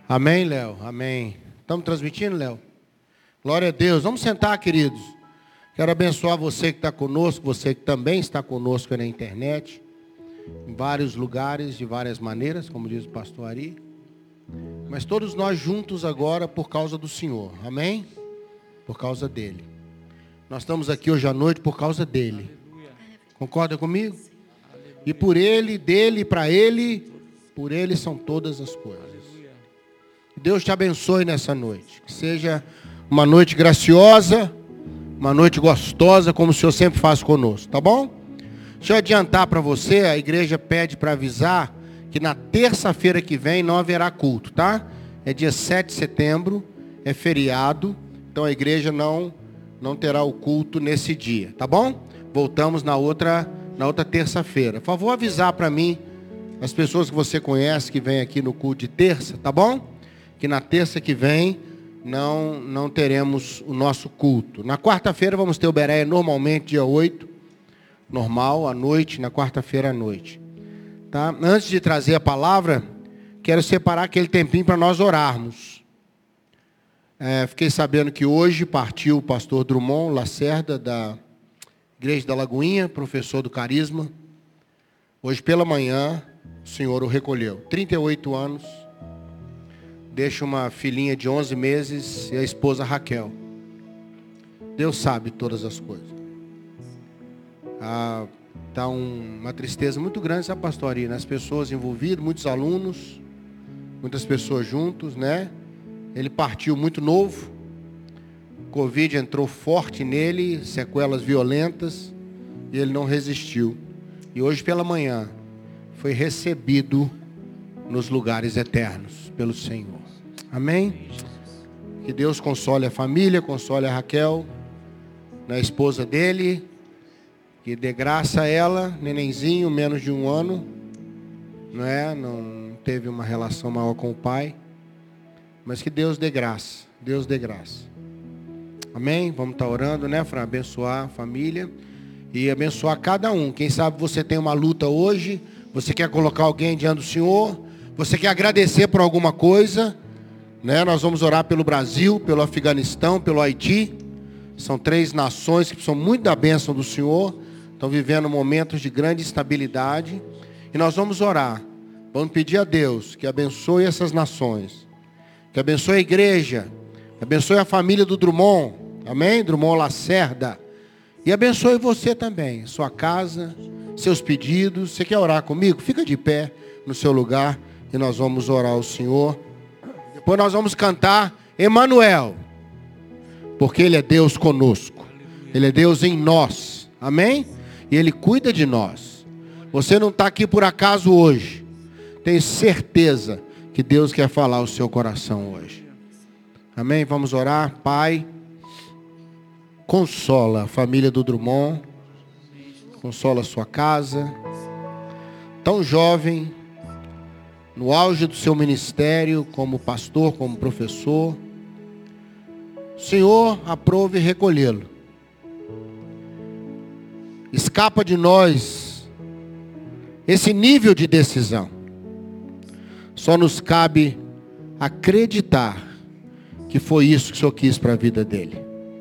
Amém, Léo? Amém. Estamos transmitindo, Léo? Glória a Deus. Vamos sentar, queridos. Quero abençoar você que está conosco, você que também está conosco na internet, em vários lugares, de várias maneiras, como diz o pastor Ari. Mas todos nós juntos agora por causa do Senhor. Amém? Por causa dele. Nós estamos aqui hoje à noite por causa dele. Concorda comigo? E por ele, dele, para ele, por ele são todas as coisas. Deus te abençoe nessa noite. Que seja uma noite graciosa, uma noite gostosa, como o Senhor sempre faz conosco, tá bom? Deixa eu adiantar para você, a igreja pede para avisar que na terça-feira que vem não haverá culto, tá? É dia 7 de setembro, é feriado, então a igreja não terá o culto nesse dia, tá bom? Voltamos na outra terça-feira. Por favor, avisar para mim as pessoas que você conhece que vêm aqui no culto de terça, tá bom? Que na terça que vem não teremos o nosso culto. Na quarta-feira vamos ter o Bereia normalmente, dia 8, normal, à noite, na quarta-feira à noite. Tá? Antes de trazer a palavra, quero separar aquele tempinho para nós orarmos. Fiquei sabendo que hoje partiu o pastor Drummond Lacerda, da Igreja da Lagoinha, professor do Carisma. Hoje pela manhã, o Senhor o recolheu. 38 anos. Deixa uma filhinha de 11 meses e a esposa Raquel. Deus sabe todas as coisas. Está uma tristeza muito grande, sabe, pastor Ari? As pessoas envolvidas, muitos alunos, muitas pessoas juntos, né? Ele partiu muito novo. Covid entrou forte nele, sequelas violentas, e ele não resistiu. E hoje pela manhã foi recebido nos lugares eternos pelo Senhor. Amém? Que Deus console a família, console a Raquel, a esposa dele, que dê graça a ela, nenenzinho, menos de 1 ano, não teve uma relação maior com o pai, mas que Deus dê graça, Deus dê graça. Amém? Vamos estar orando, para abençoar a família e abençoar cada um. Quem sabe você tem uma luta hoje, você quer colocar alguém diante do Senhor, você quer agradecer por alguma coisa, Nós vamos orar pelo Brasil, pelo Afeganistão, pelo Haiti. São 3 nações que são muito da bênção do Senhor, estão vivendo momentos de grande estabilidade. E nós vamos orar, vamos pedir a Deus que abençoe essas nações, que abençoe a igreja, que abençoe a família do Drummond, amém? Drummond Lacerda. E abençoe você também, sua casa, seus pedidos. Você quer orar comigo? Fica de pé no seu lugar e nós vamos orar ao Senhor. Depois nós vamos cantar Emanuel, porque Ele é Deus conosco. Ele é Deus em nós, amém? E Ele cuida de nós. Você não está aqui por acaso hoje. Tenho certeza que Deus quer falar ao seu coração hoje. Amém? Vamos orar. Pai, consola a família do Drummond, consola a sua casa, tão jovem, no auge do seu ministério, como pastor, como professor. Senhor, aprove recolhê-lo. Escapa de nós esse nível de decisão. Só nos cabe acreditar que foi isso que o Senhor quis para a vida dele.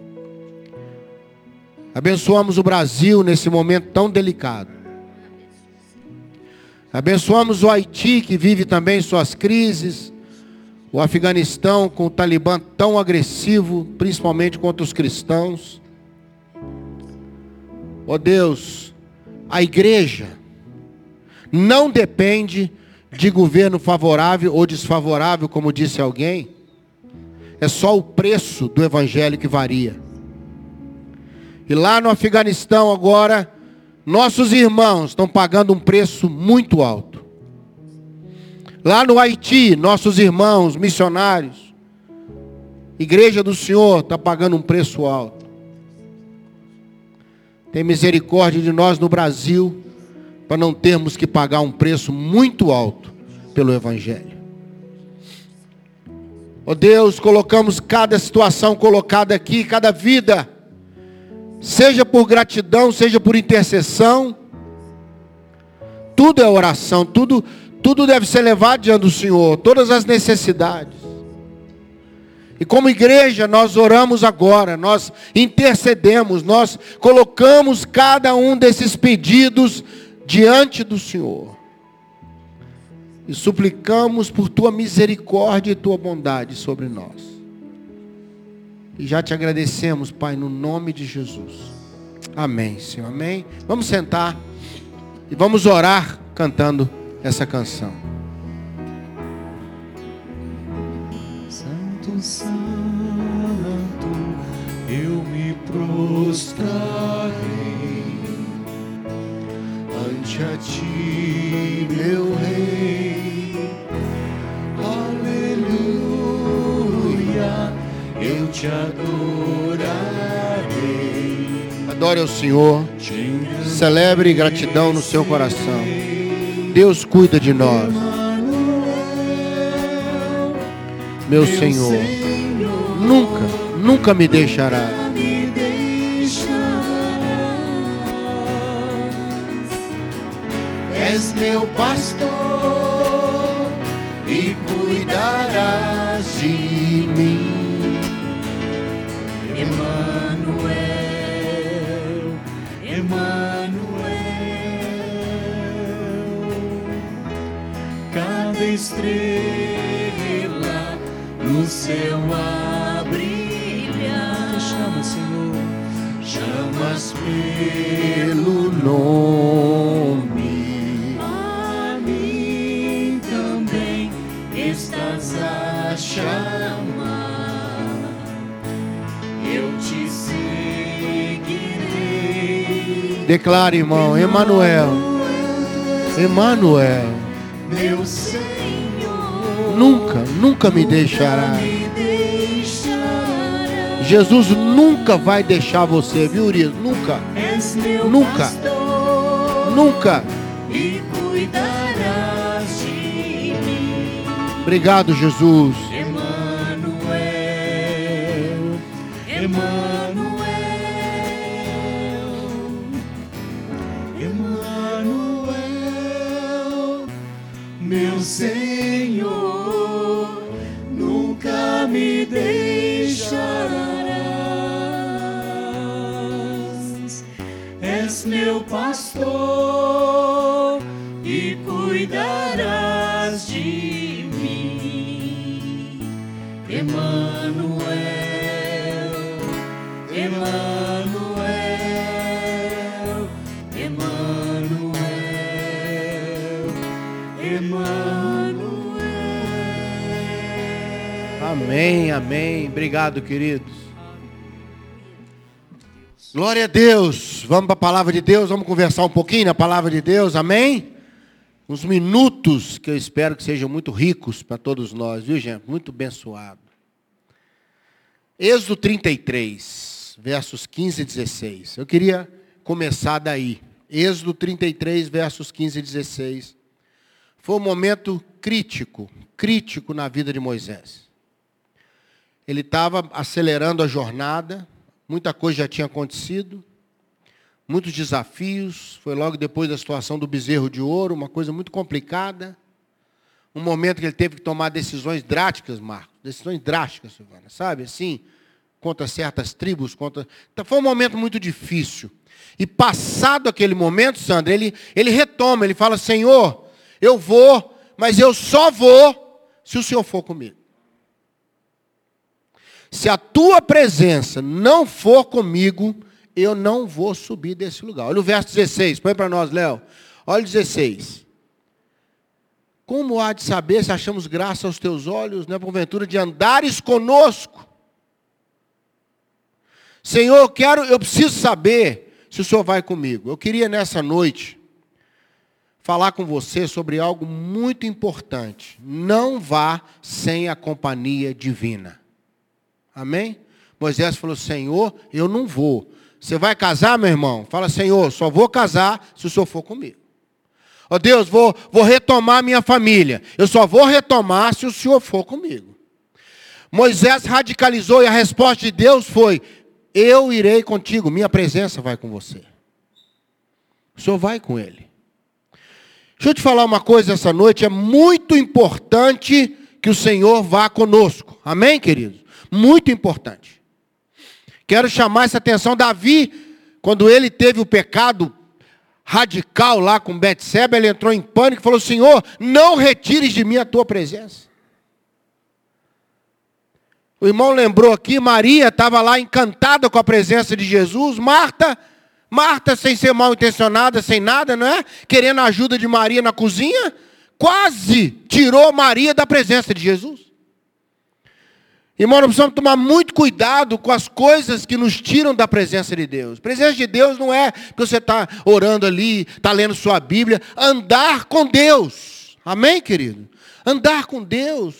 Abençoamos o Brasil nesse momento tão delicado. Abençoamos o Haiti, que vive também suas crises. O Afeganistão, com o Talibã tão agressivo, principalmente contra os cristãos. Ó Deus, a igreja não depende de governo favorável ou desfavorável, como disse alguém. É só o preço do evangelho que varia. E lá no Afeganistão agora, nossos irmãos estão pagando um preço muito alto. Lá no Haiti, nossos irmãos missionários, Igreja do Senhor, está pagando um preço alto. Tem misericórdia de nós no Brasil, para não termos que pagar um preço muito alto pelo Evangelho. Ó Deus, colocamos cada situação colocada aqui, cada vida, seja por gratidão, seja por intercessão, tudo é oração, tudo Tudo deve ser levado diante do Senhor, todas as necessidades. E como igreja, nós oramos agora, nós intercedemos, nós colocamos cada um desses pedidos diante do Senhor. E suplicamos por tua misericórdia e tua bondade sobre nós. E já te agradecemos, Pai, no nome de Jesus. Amém, Senhor, amém. Vamos sentar e vamos orar cantando essa canção. Santo, Santo, eu me prostrarei ante a ti, meu Rei. Aleluia, eu te adorarei. Adore ao Senhor, celebre gratidão no seu coração. Deus cuida de nós. Meu Senhor, nunca me deixará. És meu pastor e cuidarás de mim. Emanuel, Emanuel, cada estrela no céu a brilhar. Chama, Senhor, chamas pelo nome. A mim também estás a chamar. Eu te seguirei. Declare, irmão, Emanuel, Emanuel, meu Senhor, nunca me deixará. Jesus nunca vai deixar você, viu, Urias? Nunca. E cuidarás de mim. Obrigado, Jesus. Emanuel, Emanuel, Emanuel, meu Senhor, nunca me deixarás. És meu pastor e cuidarás de mim. Emanuel, Emanuel, Emanuel, Emanuel. Amém, amém. Obrigado, queridos. Glória a Deus. Vamos para a palavra de Deus, vamos conversar um pouquinho na palavra de Deus, amém? Uns minutos que eu espero que sejam muito ricos para todos nós, viu, gente? Muito abençoado. Êxodo 33, versos 15 e 16. Eu queria começar daí. Êxodo 33, versos 15 e 16. Foi um momento crítico na vida de Moisés. Ele estava acelerando a jornada, muita coisa já tinha acontecido, muitos desafios, foi logo depois da situação do bezerro de ouro, uma coisa muito complicada, um momento que ele teve que tomar decisões drásticas, Marcos, decisões drásticas, Silvana, sabe, assim, contra certas tribos, Então, foi um momento muito difícil, e passado aquele momento, Sandra, ele retoma, ele fala, Senhor, eu vou, mas eu só vou se o Senhor for comigo. Se a tua presença não for comigo, eu não vou subir desse lugar. Olha o verso 16, põe para nós, Léo. Olha o 16. Como há de saber se achamos graça aos teus olhos, né, porventura, de andares conosco? Senhor, eu preciso saber se o Senhor vai comigo. Eu queria nessa noite falar com você sobre algo muito importante. Não vá sem a companhia divina. Amém? Moisés falou, Senhor, eu não vou. Você vai casar, meu irmão? Fala, Senhor, só vou casar se o Senhor for comigo. Ó Deus, vou retomar minha família. Eu só vou retomar se o Senhor for comigo. Moisés radicalizou e a resposta de Deus foi, eu irei contigo, minha presença vai com você. O Senhor vai com ele. Deixa eu te falar uma coisa essa noite, é muito importante que o Senhor vá conosco. Amém, queridos? Muito importante. Quero chamar essa atenção. Davi, quando ele teve o pecado radical lá com Betseba, ele entrou em pânico e falou: Senhor, não retires de mim a tua presença. O irmão lembrou aqui, Maria estava lá encantada com a presença de Jesus. Marta, sem ser mal intencionada, sem nada, não é? Querendo a ajuda de Maria na cozinha, quase tirou Maria da presença de Jesus. Irmão, nós precisamos tomar muito cuidado com as coisas que nos tiram da presença de Deus. A presença de Deus não é que você está orando ali, está lendo sua Bíblia. Andar com Deus. Amém, querido? Andar com Deus.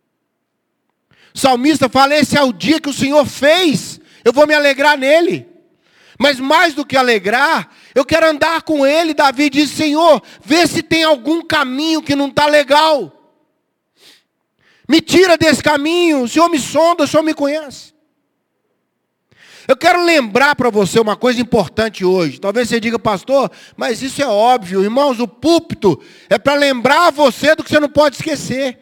O salmista fala: esse é o dia que o Senhor fez, eu vou me alegrar nele. Mas mais do que alegrar, eu quero andar com ele. Davi diz: Senhor, vê se tem algum caminho que não está legal. Me tira desse caminho, o Senhor me sonda, o Senhor me conhece. Eu quero lembrar para você uma coisa importante hoje. Talvez você diga: pastor, mas isso é óbvio. Irmãos, o púlpito é para lembrar você do que você não pode esquecer.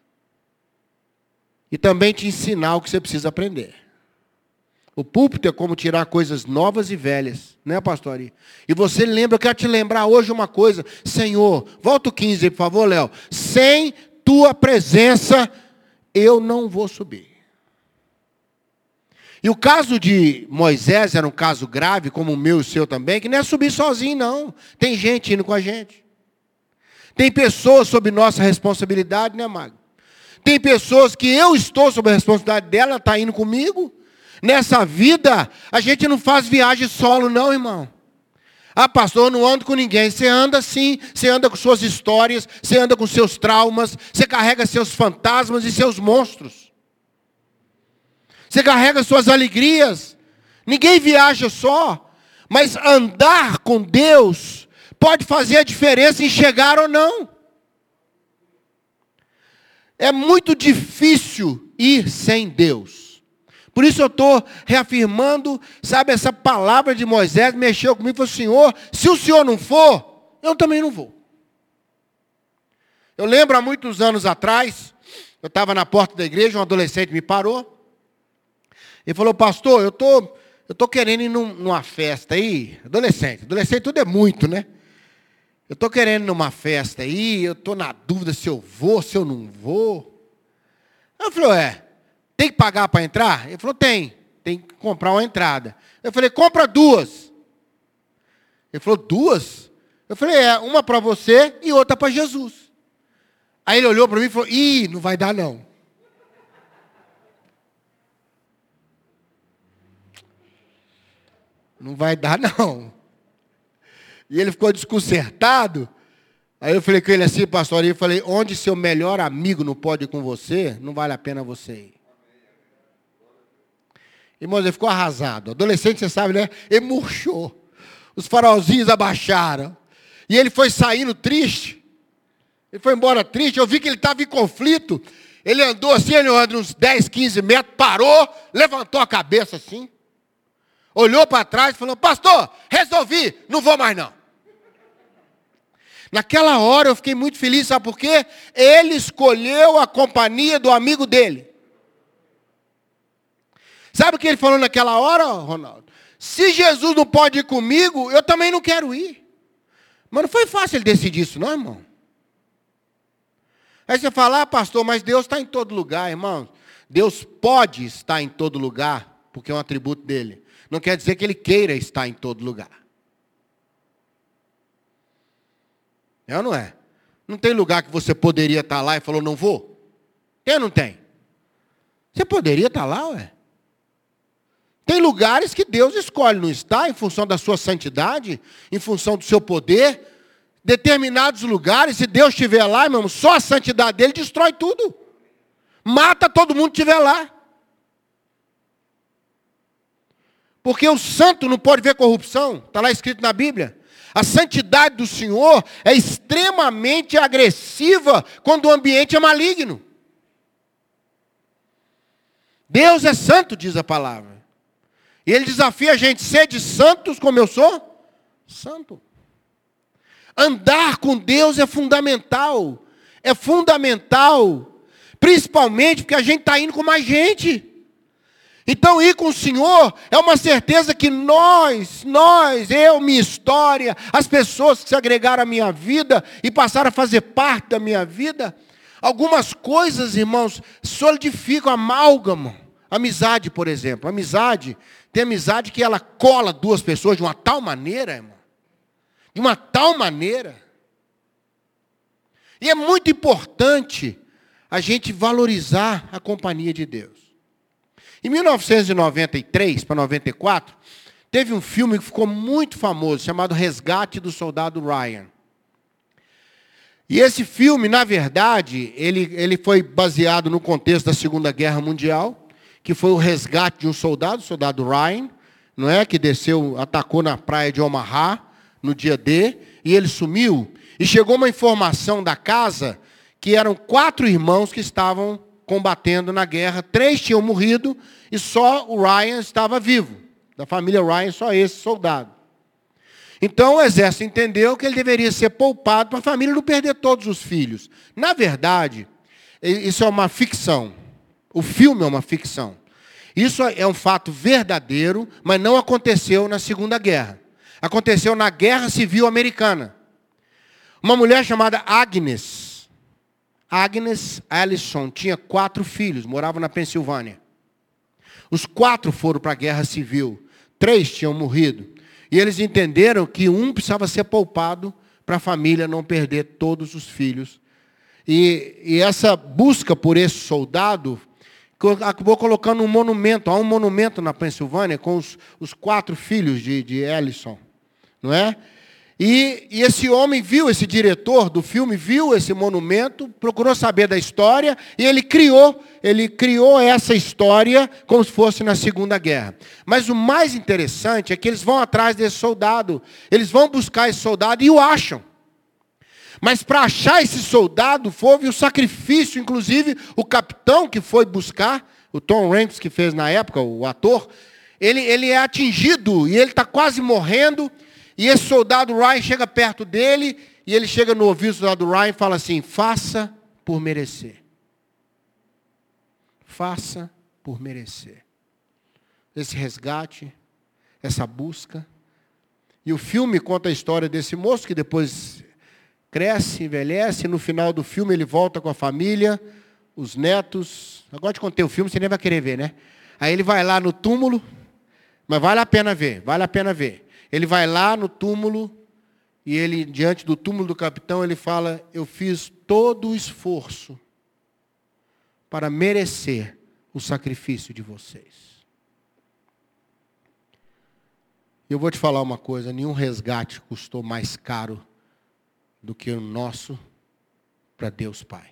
E também te ensinar o que você precisa aprender. O púlpito é como tirar coisas novas e velhas, né, pastor? E você lembra, eu quero te lembrar hoje uma coisa. Senhor, volta o 15 aí, por favor, Léo. Sem tua presença, eu não vou subir. E o caso de Moisés era um caso grave, como o meu e o seu também, que não é subir sozinho, não. Tem gente indo com a gente. Tem pessoas sob nossa responsabilidade, né, Mago? Tem pessoas que eu estou sob a responsabilidade dela, ela está indo comigo. Nessa vida, a gente não faz viagem solo, não, irmão. Ah, pastor, eu não ando com ninguém. Você anda sim, você anda com suas histórias, você anda com seus traumas, você carrega seus fantasmas e seus monstros. Você carrega suas alegrias. Ninguém viaja só, mas andar com Deus pode fazer a diferença em chegar ou não. É muito difícil ir sem Deus. Por isso eu estou reafirmando, sabe, essa palavra de Moisés mexeu comigo e falou: Senhor, se o Senhor não for, eu também não vou. Eu lembro há muitos anos atrás, eu estava na porta da igreja, um adolescente me parou. Ele falou: pastor, eu tô querendo ir numa festa aí. Adolescente tudo é muito, né? Eu estou querendo ir numa festa aí, eu estou na dúvida se eu vou, se eu não vou. Eu falei: tem que pagar para entrar? Ele falou: tem que comprar uma entrada. Eu falei: compra 2. Ele falou: 2? Eu falei: uma para você e outra para Jesus. Aí ele olhou para mim e falou: não vai dar não. Não vai dar não. E ele ficou desconcertado. Aí eu falei com ele assim, pastor, eu falei: onde seu melhor amigo não pode ir com você, não vale a pena você ir. Irmãos, ele ficou arrasado. Adolescente, você sabe, né? Ele murchou. Os farolzinhos abaixaram. E ele foi saindo triste. Ele foi embora triste. Eu vi que ele estava em conflito. Ele andou assim, ele andou uns 10, 15 metros, parou, levantou a cabeça assim. Olhou para trás e falou: pastor, resolvi, não vou mais não. Naquela hora eu fiquei muito feliz, sabe por quê? Ele escolheu a companhia do amigo dele. Sabe o que ele falou naquela hora, Ronaldo? Se Jesus não pode ir comigo, eu também não quero ir. Mas não foi fácil ele decidir isso, não, irmão? Aí você fala: pastor, mas Deus está em todo lugar, irmão. Deus pode estar em todo lugar, porque é um atributo dele. Não quer dizer que ele queira estar em todo lugar. É ou não é? Não tem lugar que você poderia estar lá e falou: não vou? Tem ou não tem? Você poderia estar lá, ué. Tem lugares que Deus escolhe não estar em função da sua santidade, em função do seu poder. Determinados lugares, se Deus estiver lá, irmão, só a santidade dele destrói tudo. Mata todo mundo que estiver lá. Porque o santo não pode ver corrupção. Está lá escrito na Bíblia. A santidade do Senhor é extremamente agressiva quando o ambiente é maligno. Deus é santo, diz a palavra. E ele desafia a gente: sede santos como eu sou santo. Andar com Deus é fundamental. É fundamental. Principalmente porque a gente está indo com mais gente. Então ir com o Senhor é uma certeza que eu, minha história, as pessoas que se agregaram à minha vida e passaram a fazer parte da minha vida, algumas coisas, irmãos, solidificam, amálgamam. Amizade, por exemplo. Tem amizade que ela cola duas pessoas de uma tal maneira, irmão. De uma tal maneira. E é muito importante a gente valorizar a companhia de Deus. Em 1993 para 94, teve um filme que ficou muito famoso, chamado Resgate do Soldado Ryan. E esse filme, na verdade, ele foi baseado no contexto da Segunda Guerra Mundial, que foi o resgate de um soldado, o soldado Ryan, não é? Que desceu, atacou na praia de Omaha, no dia D, e ele sumiu. E chegou uma informação da casa que eram 4 irmãos que estavam combatendo na guerra. 3 tinham morrido e só o Ryan estava vivo. Da família Ryan, só esse soldado. Então o exército entendeu que ele deveria ser poupado para a família não perder todos os filhos. Na verdade, isso é uma ficção. O filme é uma ficção. Isso é um fato verdadeiro, mas não aconteceu na Segunda Guerra. Aconteceu na Guerra Civil Americana. Uma mulher chamada Agnes Allison tinha 4 filhos, morava na Pensilvânia. Os 4 foram para a Guerra Civil. 3 tinham morrido. E eles entenderam que um precisava ser poupado para a família não perder todos os filhos. E essa busca por esse soldado acabou colocando um monumento. Há um monumento na Pensilvânia com os 4 filhos de Allison. Não é? E esse homem viu, esse diretor do filme, viu esse monumento, procurou saber da história, e ele criou essa história como se fosse na Segunda Guerra. Mas o mais interessante é que eles vão atrás desse soldado, eles vão buscar esse soldado e o acham. Mas para achar esse soldado, houve o sacrifício, inclusive o capitão que foi buscar, o Tom Hanks que fez na época, o ator, ele é atingido e ele está quase morrendo. E esse soldado Ryan chega perto dele, e ele chega no ouvido do soldado Ryan e fala assim: faça por merecer. Faça por merecer. Esse resgate, essa busca. E o filme conta a história desse moço que depois cresce, envelhece, e no final do filme ele volta com a família, os netos. Agora te contei o filme, você nem vai querer ver, né? Aí ele vai lá no túmulo, mas vale a pena ver, vale a pena ver. Ele vai lá no túmulo, e ele, diante do túmulo do capitão, ele fala: eu fiz todo o esforço para merecer o sacrifício de vocês. Eu vou te falar uma coisa, nenhum resgate custou mais caro do que o nosso para Deus Pai.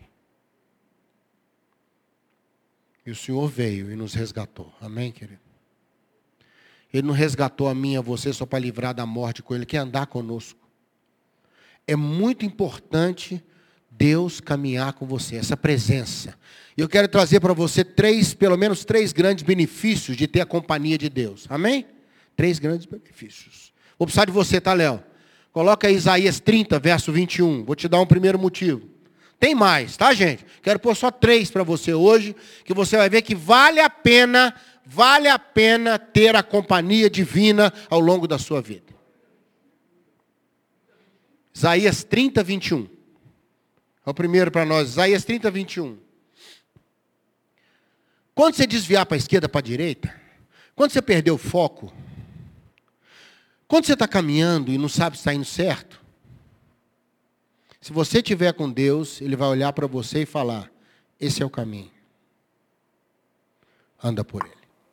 E o Senhor veio e nos resgatou. Amém, querido? Ele não resgatou a mim e a você só para livrar da morte com Ele, quer andar conosco. É muito importante Deus caminhar com você, essa presença. E eu quero trazer para você pelo menos três grandes benefícios de ter a companhia de Deus. Amém? 3 grandes benefícios. Vou precisar de você, tá, Léo? Coloca aí Isaías 30, verso 21. Vou te dar um primeiro motivo. Tem mais, tá, gente? Quero pôr só 3 para você hoje, que você vai ver que vale a pena ter a companhia divina ao longo da sua vida. Isaías 30, 21. É o primeiro para nós. Isaías 30, 21. Quando você desviar para a esquerda, para a direita, quando você perder o foco, quando você está caminhando e não sabe se está indo certo, se você estiver com Deus, Ele vai olhar para você e falar: esse é o caminho. Anda por ele.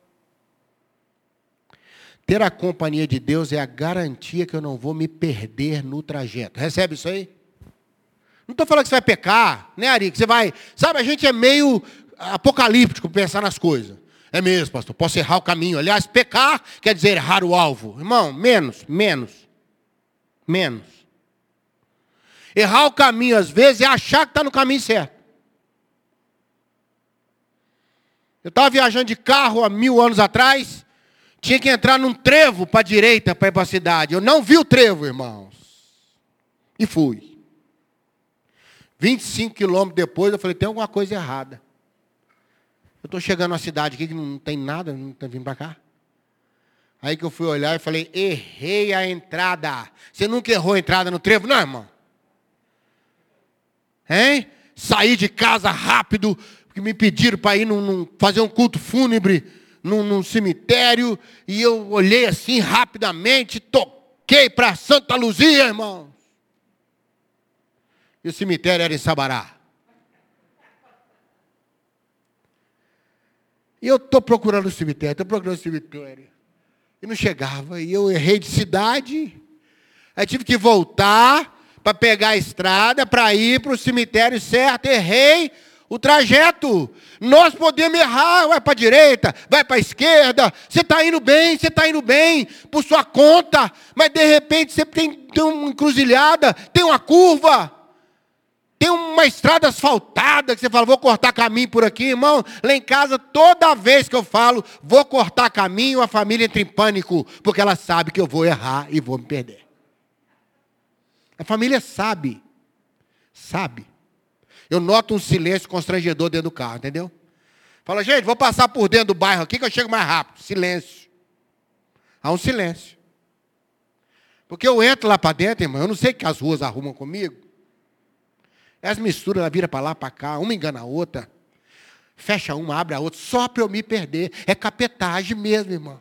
Ter a companhia de Deus é a garantia que eu não vou me perder no trajeto. Recebe isso aí? Não estou falando que você vai pecar, né, Ari? Que você vai... Sabe, a gente é meio apocalíptico pensar nas coisas. É mesmo, pastor, posso errar o caminho. Aliás, pecar quer dizer errar o alvo. Irmão, menos. Errar o caminho, às vezes, é achar que está no caminho certo. Eu estava viajando de carro há 1000 anos atrás, tinha que entrar num trevo para a direita para ir para a cidade. Eu não vi o trevo, irmãos. E fui. 25 quilômetros depois, eu falei, tem alguma coisa errada. Eu estou chegando numa cidade aqui que não tem nada, não está vindo para cá. Aí que eu fui olhar e falei, errei a entrada. Você nunca errou a entrada no trevo? Não, irmão. Hein? Saí de casa rápido, porque me pediram para ir fazer um culto fúnebre num cemitério. E eu olhei assim rapidamente, toquei para Santa Luzia, irmão. E o cemitério era em Sabará. E eu estou procurando o cemitério, E não chegava. E eu errei de cidade. Aí tive que voltar para pegar a estrada, para ir para o cemitério certo. Errei o trajeto. Nós podemos errar. Vai para a direita, vai para a esquerda. Você está indo bem, por sua conta. Mas de repente você tem uma encruzilhada, tem uma curva. Tem uma estrada asfaltada que você fala, vou cortar caminho por aqui, irmão. Lá em casa, toda vez que eu falo, vou cortar caminho, a família entra em pânico, porque ela sabe que eu vou errar e vou me perder. A família sabe. Eu noto um silêncio constrangedor dentro do carro, entendeu? Fala, gente, vou passar por dentro do bairro aqui que eu chego mais rápido. Silêncio. Há um silêncio. Porque eu entro lá para dentro, irmão, eu não sei o que as ruas arrumam comigo. As misturas, ela vira para lá, para cá, uma engana a outra. Fecha uma, abre a outra, só para eu me perder. É capetagem mesmo, irmão.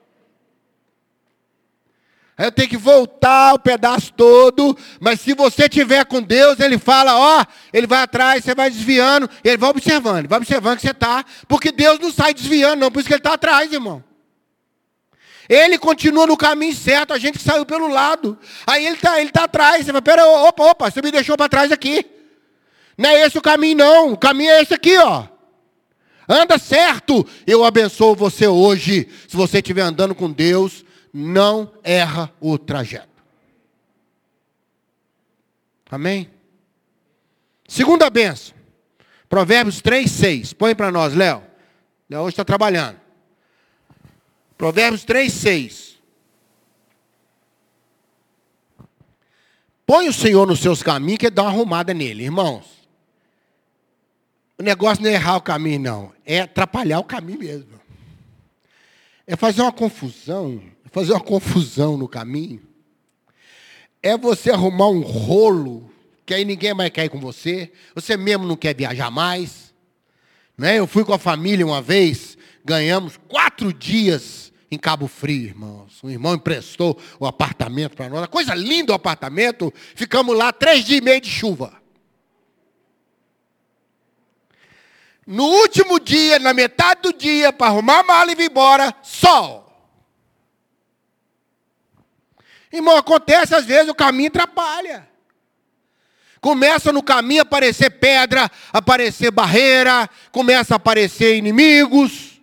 Aí eu tenho que voltar o pedaço todo, mas se você tiver com Deus, Ele fala, Ele vai atrás, você vai desviando, Ele vai observando que você está, porque Deus não sai desviando, não, por isso que Ele está atrás, irmão. Ele continua no caminho certo, a gente que saiu pelo lado. Aí Ele está atrás, você fala, pera, opa, você me deixou para trás aqui. Não é esse o caminho, não. O caminho é esse aqui, ó. Anda certo. Eu abençoo você hoje. Se você estiver andando com Deus, não erra o trajeto. Amém? Segunda bênção. Provérbios 3:6. Põe para nós, Léo. Léo hoje está trabalhando. Provérbios 3:6. Põe o Senhor nos seus caminhos, que Ele dá uma arrumada nele, irmãos. O negócio não é errar o caminho, não. É atrapalhar o caminho mesmo. É fazer uma confusão no caminho. É você arrumar um rolo, que aí ninguém mais quer ir com você. Você mesmo não quer viajar mais. Né? Eu fui com a família uma vez, ganhamos 4 dias em Cabo Frio, irmãos. Um irmão emprestou o apartamento para nós. Coisa linda o apartamento. Ficamos lá 3 dias e meio de chuva. No último dia, na metade do dia, para arrumar a mala e vir embora, sol. Irmão, acontece às vezes, o caminho atrapalha. Começa no caminho a aparecer pedra, aparecer barreira, começa a aparecer inimigos.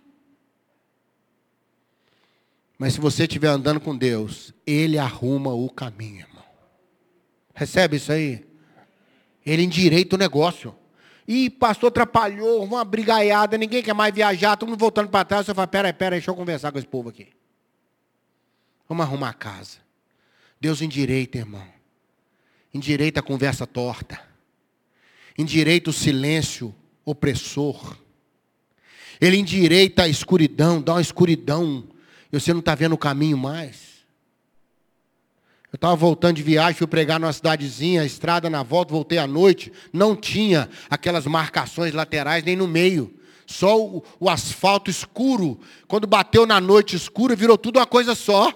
Mas se você estiver andando com Deus, Ele arruma o caminho, irmão. Recebe isso aí? Ele endireita o negócio. Ih, pastor atrapalhou, uma brigaiada, ninguém quer mais viajar, todo mundo voltando para trás. Você fala, pera aí, deixa eu conversar com esse povo aqui. Vamos arrumar a casa. Deus endireita, irmão. Endireita a conversa torta. Endireita o silêncio opressor. Ele endireita a escuridão, dá uma escuridão. E você não está vendo o caminho mais. Eu estava voltando de viagem, fui pregar numa cidadezinha, a estrada na volta, voltei à noite. Não tinha aquelas marcações laterais nem no meio. Só o asfalto escuro. Quando bateu na noite escura, virou tudo uma coisa só.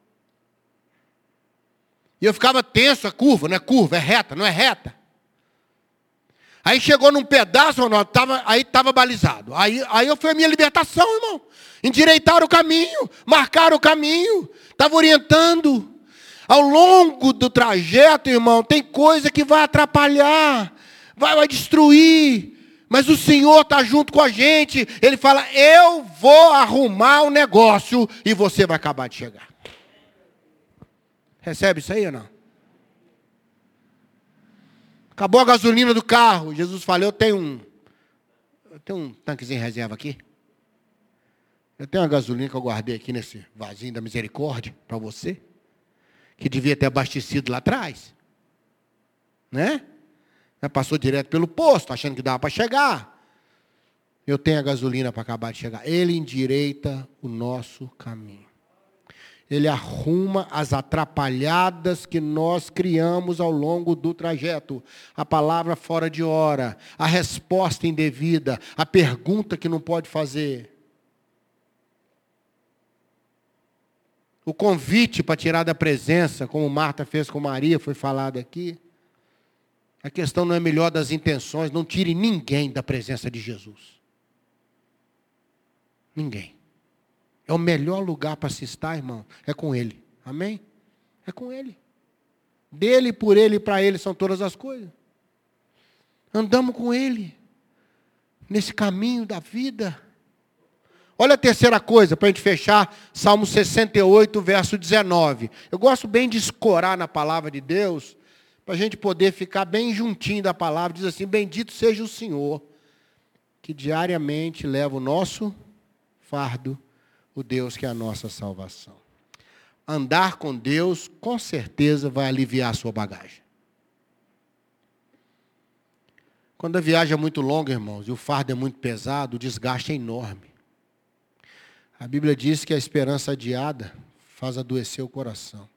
E eu ficava tenso, a curva, não é curva, é reta, não é reta. Aí chegou num pedaço, aí estava balizado. Aí foi a minha libertação, irmão. Endireitaram o caminho, marcaram o caminho, estava orientando. Ao longo do trajeto, irmão, tem coisa que vai atrapalhar, vai destruir. Mas o Senhor está junto com a gente. Ele fala, eu vou arrumar o negócio e você vai acabar de chegar. Recebe isso aí ou não? Acabou a gasolina do carro. Jesus falou, eu tenho um tanquezinho em reserva aqui. Eu tenho uma gasolina que eu guardei aqui nesse vasinho da misericórdia para você. Que devia ter abastecido lá atrás. Né? Já passou direto pelo posto, achando que dava para chegar. Eu tenho a gasolina para acabar de chegar. Ele endireita o nosso caminho. Ele arruma as atrapalhadas que nós criamos ao longo do trajeto. A palavra fora de hora, a resposta indevida, a pergunta que não pode fazer. O convite para tirar da presença, como Marta fez com Maria, foi falado aqui. A questão não é melhor das intenções, não tire ninguém da presença de Jesus. Ninguém. É o melhor lugar para se estar, irmão, é com Ele. Amém? É com Ele. Dele, por Ele e para Ele são todas as coisas. Andamos com Ele, nesse caminho da vida. Olha a terceira coisa, para a gente fechar, Salmo 68, verso 19. Eu gosto bem de escorar na palavra de Deus, para a gente poder ficar bem juntinho da palavra. Diz assim, bendito seja o Senhor, que diariamente leva o nosso fardo, o Deus que é a nossa salvação. Andar com Deus, com certeza, vai aliviar a sua bagagem. Quando a viagem é muito longa, irmãos, e o fardo é muito pesado, o desgaste é enorme. A Bíblia diz que a esperança adiada faz adoecer o coração.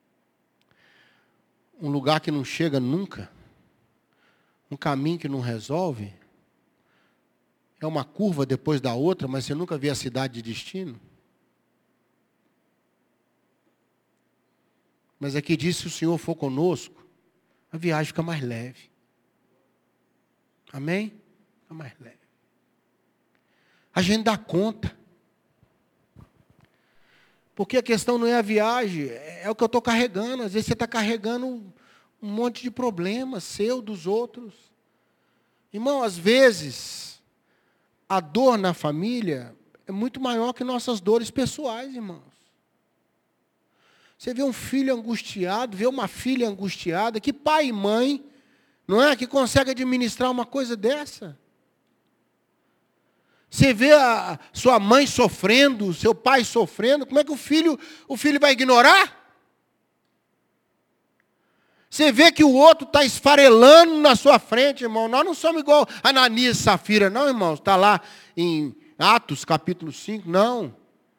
Um lugar que não chega nunca, um caminho que não resolve, é uma curva depois da outra, mas você nunca vê a cidade de destino. Mas aqui diz, se o Senhor for conosco, a viagem fica mais leve. Amém? Fica mais leve. A gente dá conta. Porque a questão não é a viagem, é o que eu estou carregando. Às vezes você está carregando um monte de problemas, seu, dos outros. Irmão, às vezes, a dor na família é muito maior que nossas dores pessoais, irmãos. Você vê um filho angustiado, vê uma filha angustiada, que pai e mãe, não é, que consegue administrar uma coisa dessa? Você vê a sua mãe sofrendo, seu pai sofrendo, como é que o filho vai ignorar? Você vê que o outro está esfarelando na sua frente, irmão. Nós não somos igual Ananias e Safira, não, irmãos. Está lá em Atos, capítulo 5, não.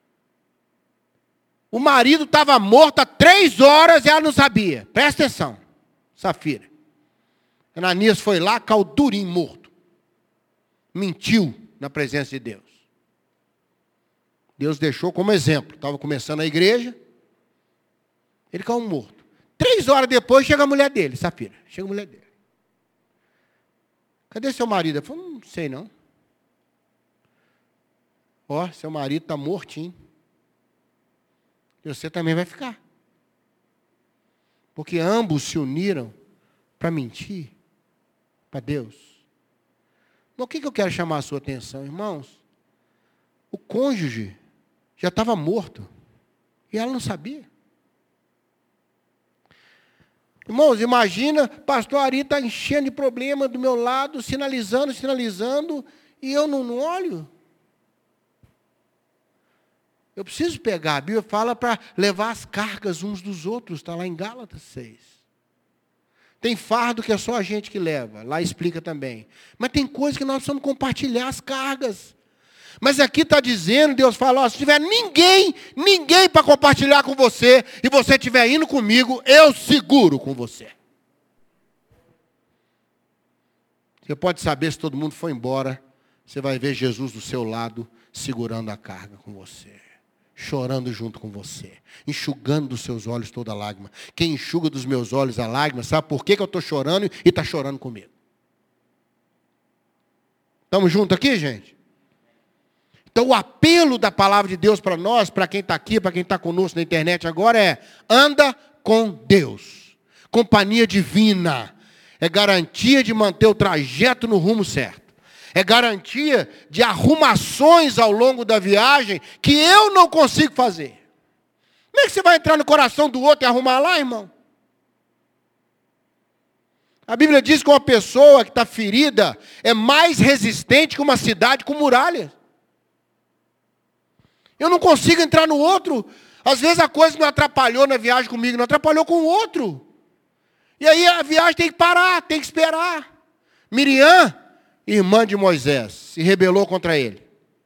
O marido estava morto há 3 horas e ela não sabia. Presta atenção, Safira. Ananias foi lá, caiu durinho, morto. Mentiu na presença de Deus. Deus deixou como exemplo. Estava começando a igreja, ele caiu morto. 3 horas depois chega a mulher dele, Safira. Chega a mulher dele. Cadê seu marido? Ele falou, não sei não. Ó, seu marido está mortinho. E você também vai ficar. Porque ambos se uniram para mentir para Deus. Mas o que eu quero chamar a sua atenção, irmãos? O cônjuge já estava morto. E ela não sabia. Irmãos, imagina, pastor Ari está enchendo de problema do meu lado, sinalizando, e eu não olho. Eu preciso pegar, a Bíblia fala para levar as cargas uns dos outros, está lá em Gálatas 6. Tem fardo que é só a gente que leva, lá explica também. Mas tem coisas que nós precisamos compartilhar as cargas. Mas aqui está dizendo, Deus fala, ó, se tiver ninguém para compartilhar com você, e você estiver indo comigo, eu seguro com você. Você pode saber se todo mundo foi embora, você vai ver Jesus do seu lado, segurando a carga com você. Chorando junto com você, enxugando dos seus olhos toda lágrima. Quem enxuga dos meus olhos a lágrima, sabe por que eu estou chorando e está chorando comigo? Estamos juntos aqui, gente? Então o apelo da palavra de Deus para nós, para quem está aqui, para quem está conosco na internet agora é, anda com Deus. Companhia divina. É garantia de manter o trajeto no rumo certo. É garantia de arrumações ao longo da viagem que eu não consigo fazer. Como é que você vai entrar no coração do outro e arrumar lá, irmão? A Bíblia diz que uma pessoa que está ferida é mais resistente que uma cidade com muralhas. Eu não consigo entrar no outro. Às vezes a coisa que me atrapalhou na viagem comigo, não atrapalhou com o outro. E aí a viagem tem que parar, tem que esperar. Miriam, irmã de Moisés, se rebelou contra ele.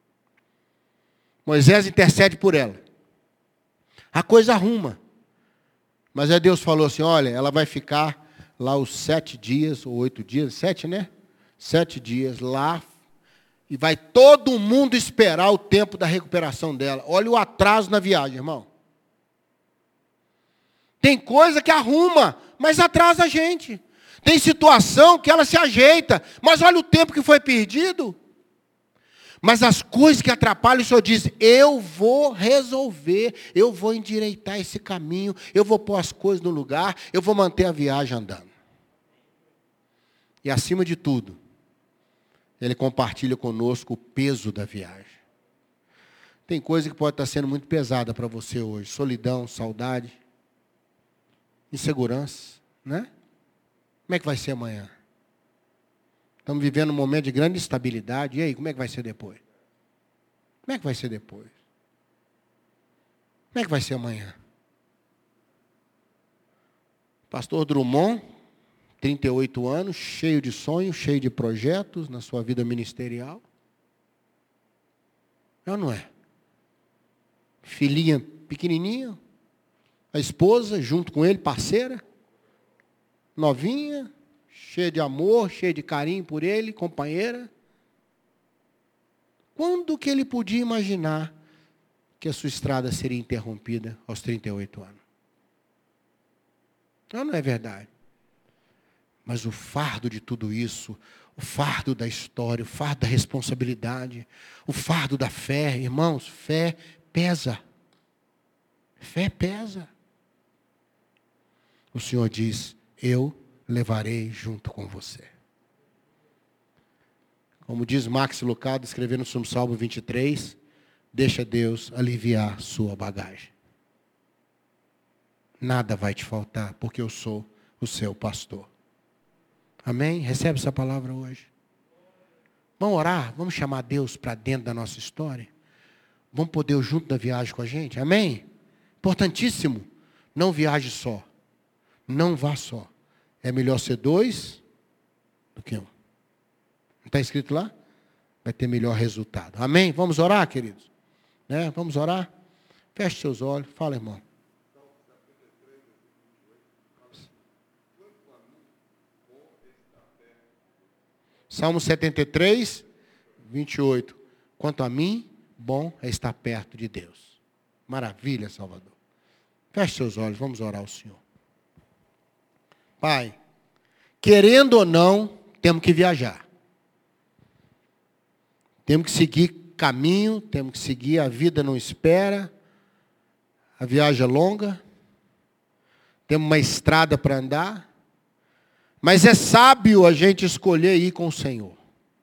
Moisés intercede por ela. A coisa arruma. Mas aí Deus falou assim, olha, ela vai ficar lá os 7 dias, ou 8 dias, 7, né? 7 dias lá. E vai todo mundo esperar o tempo da recuperação dela. Olha o atraso na viagem, irmão. Tem coisa que arruma, mas atrasa a gente. Tem situação que ela se ajeita, mas olha o tempo que foi perdido. Mas as coisas que atrapalham, o Senhor diz, eu vou resolver, eu vou endireitar esse caminho, eu vou pôr as coisas no lugar, eu vou manter a viagem andando. E acima de tudo, Ele compartilha conosco o peso da viagem. Tem coisa que pode estar sendo muito pesada para você hoje. Solidão, saudade, insegurança, né? Como é que vai ser amanhã? Estamos vivendo um momento de grande instabilidade. E aí, como é que vai ser depois? Como é que vai ser depois? Como é que vai ser amanhã? Pastor Drummond, 38 anos, cheio de sonhos, cheio de projetos na sua vida ministerial. É ou não é? Filhinha pequenininha, a esposa junto com ele, parceira, novinha, cheia de amor, cheia de carinho por ele, companheira. Quando que ele podia imaginar que a sua estrada seria interrompida aos 38 anos? Não é verdade. Mas o fardo de tudo isso, o fardo da história, o fardo da responsabilidade, o fardo da fé, irmãos, fé pesa. Fé pesa. O Senhor diz, eu levarei junto com você. Como diz Max Lucado, escrevendo no Salmo 23, deixa Deus aliviar sua bagagem. Nada vai te faltar, porque eu sou o seu pastor. Amém? Recebe essa palavra hoje. Vamos orar? Vamos chamar Deus para dentro da nossa história? Vamos poder ir junto da viagem com a gente? Amém? Importantíssimo. Não viaje só. Não vá só. É melhor ser 2 do que 1. Não está escrito lá? Vai ter melhor resultado. Amém? Vamos orar, queridos? Né? Vamos orar? Feche seus olhos. Fala, irmão. Salmo 73, 28. Quanto a mim, bom é estar perto de Deus. Maravilha, Salvador. Feche seus olhos, vamos orar ao Senhor. Pai, querendo ou não, temos que viajar. Temos que seguir caminho, temos que seguir, a vida não espera. A viagem é longa. Temos uma estrada para andar. Mas é sábio a gente escolher ir com o Senhor.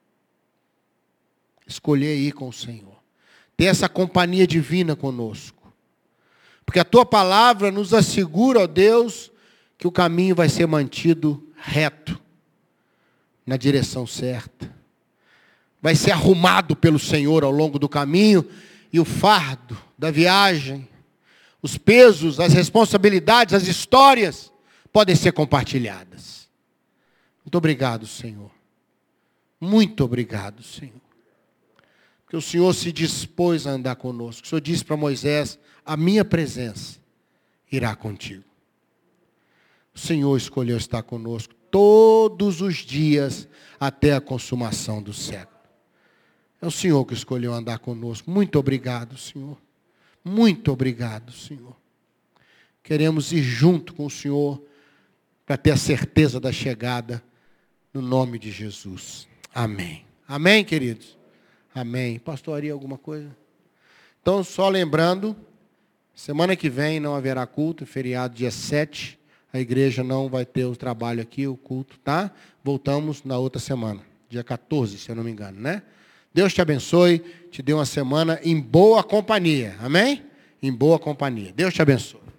Escolher ir com o Senhor. Ter essa companhia divina conosco. Porque a tua palavra nos assegura, ó Deus, que o caminho vai ser mantido reto, na direção certa. Vai ser arrumado pelo Senhor ao longo do caminho, e o fardo da viagem, os pesos, as responsabilidades, as histórias, podem ser compartilhadas. Muito obrigado, Senhor. Muito obrigado, Senhor. Porque o Senhor se dispôs a andar conosco. O Senhor disse para Moisés, a minha presença irá contigo. O Senhor escolheu estar conosco todos os dias até a consumação do século. É o Senhor que escolheu andar conosco. Muito obrigado, Senhor. Muito obrigado, Senhor. Queremos ir junto com o Senhor para ter a certeza da chegada no nome de Jesus. Amém. Amém, queridos? Amém. Pastor Ari, alguma coisa? Então, só lembrando, semana que vem não haverá culto, feriado dia 7. A igreja não vai ter o trabalho aqui, o culto, tá? Voltamos na outra semana, dia 14, se eu não me engano, né? Deus te abençoe, te dê uma semana em boa companhia. Amém? Em boa companhia. Deus te abençoe.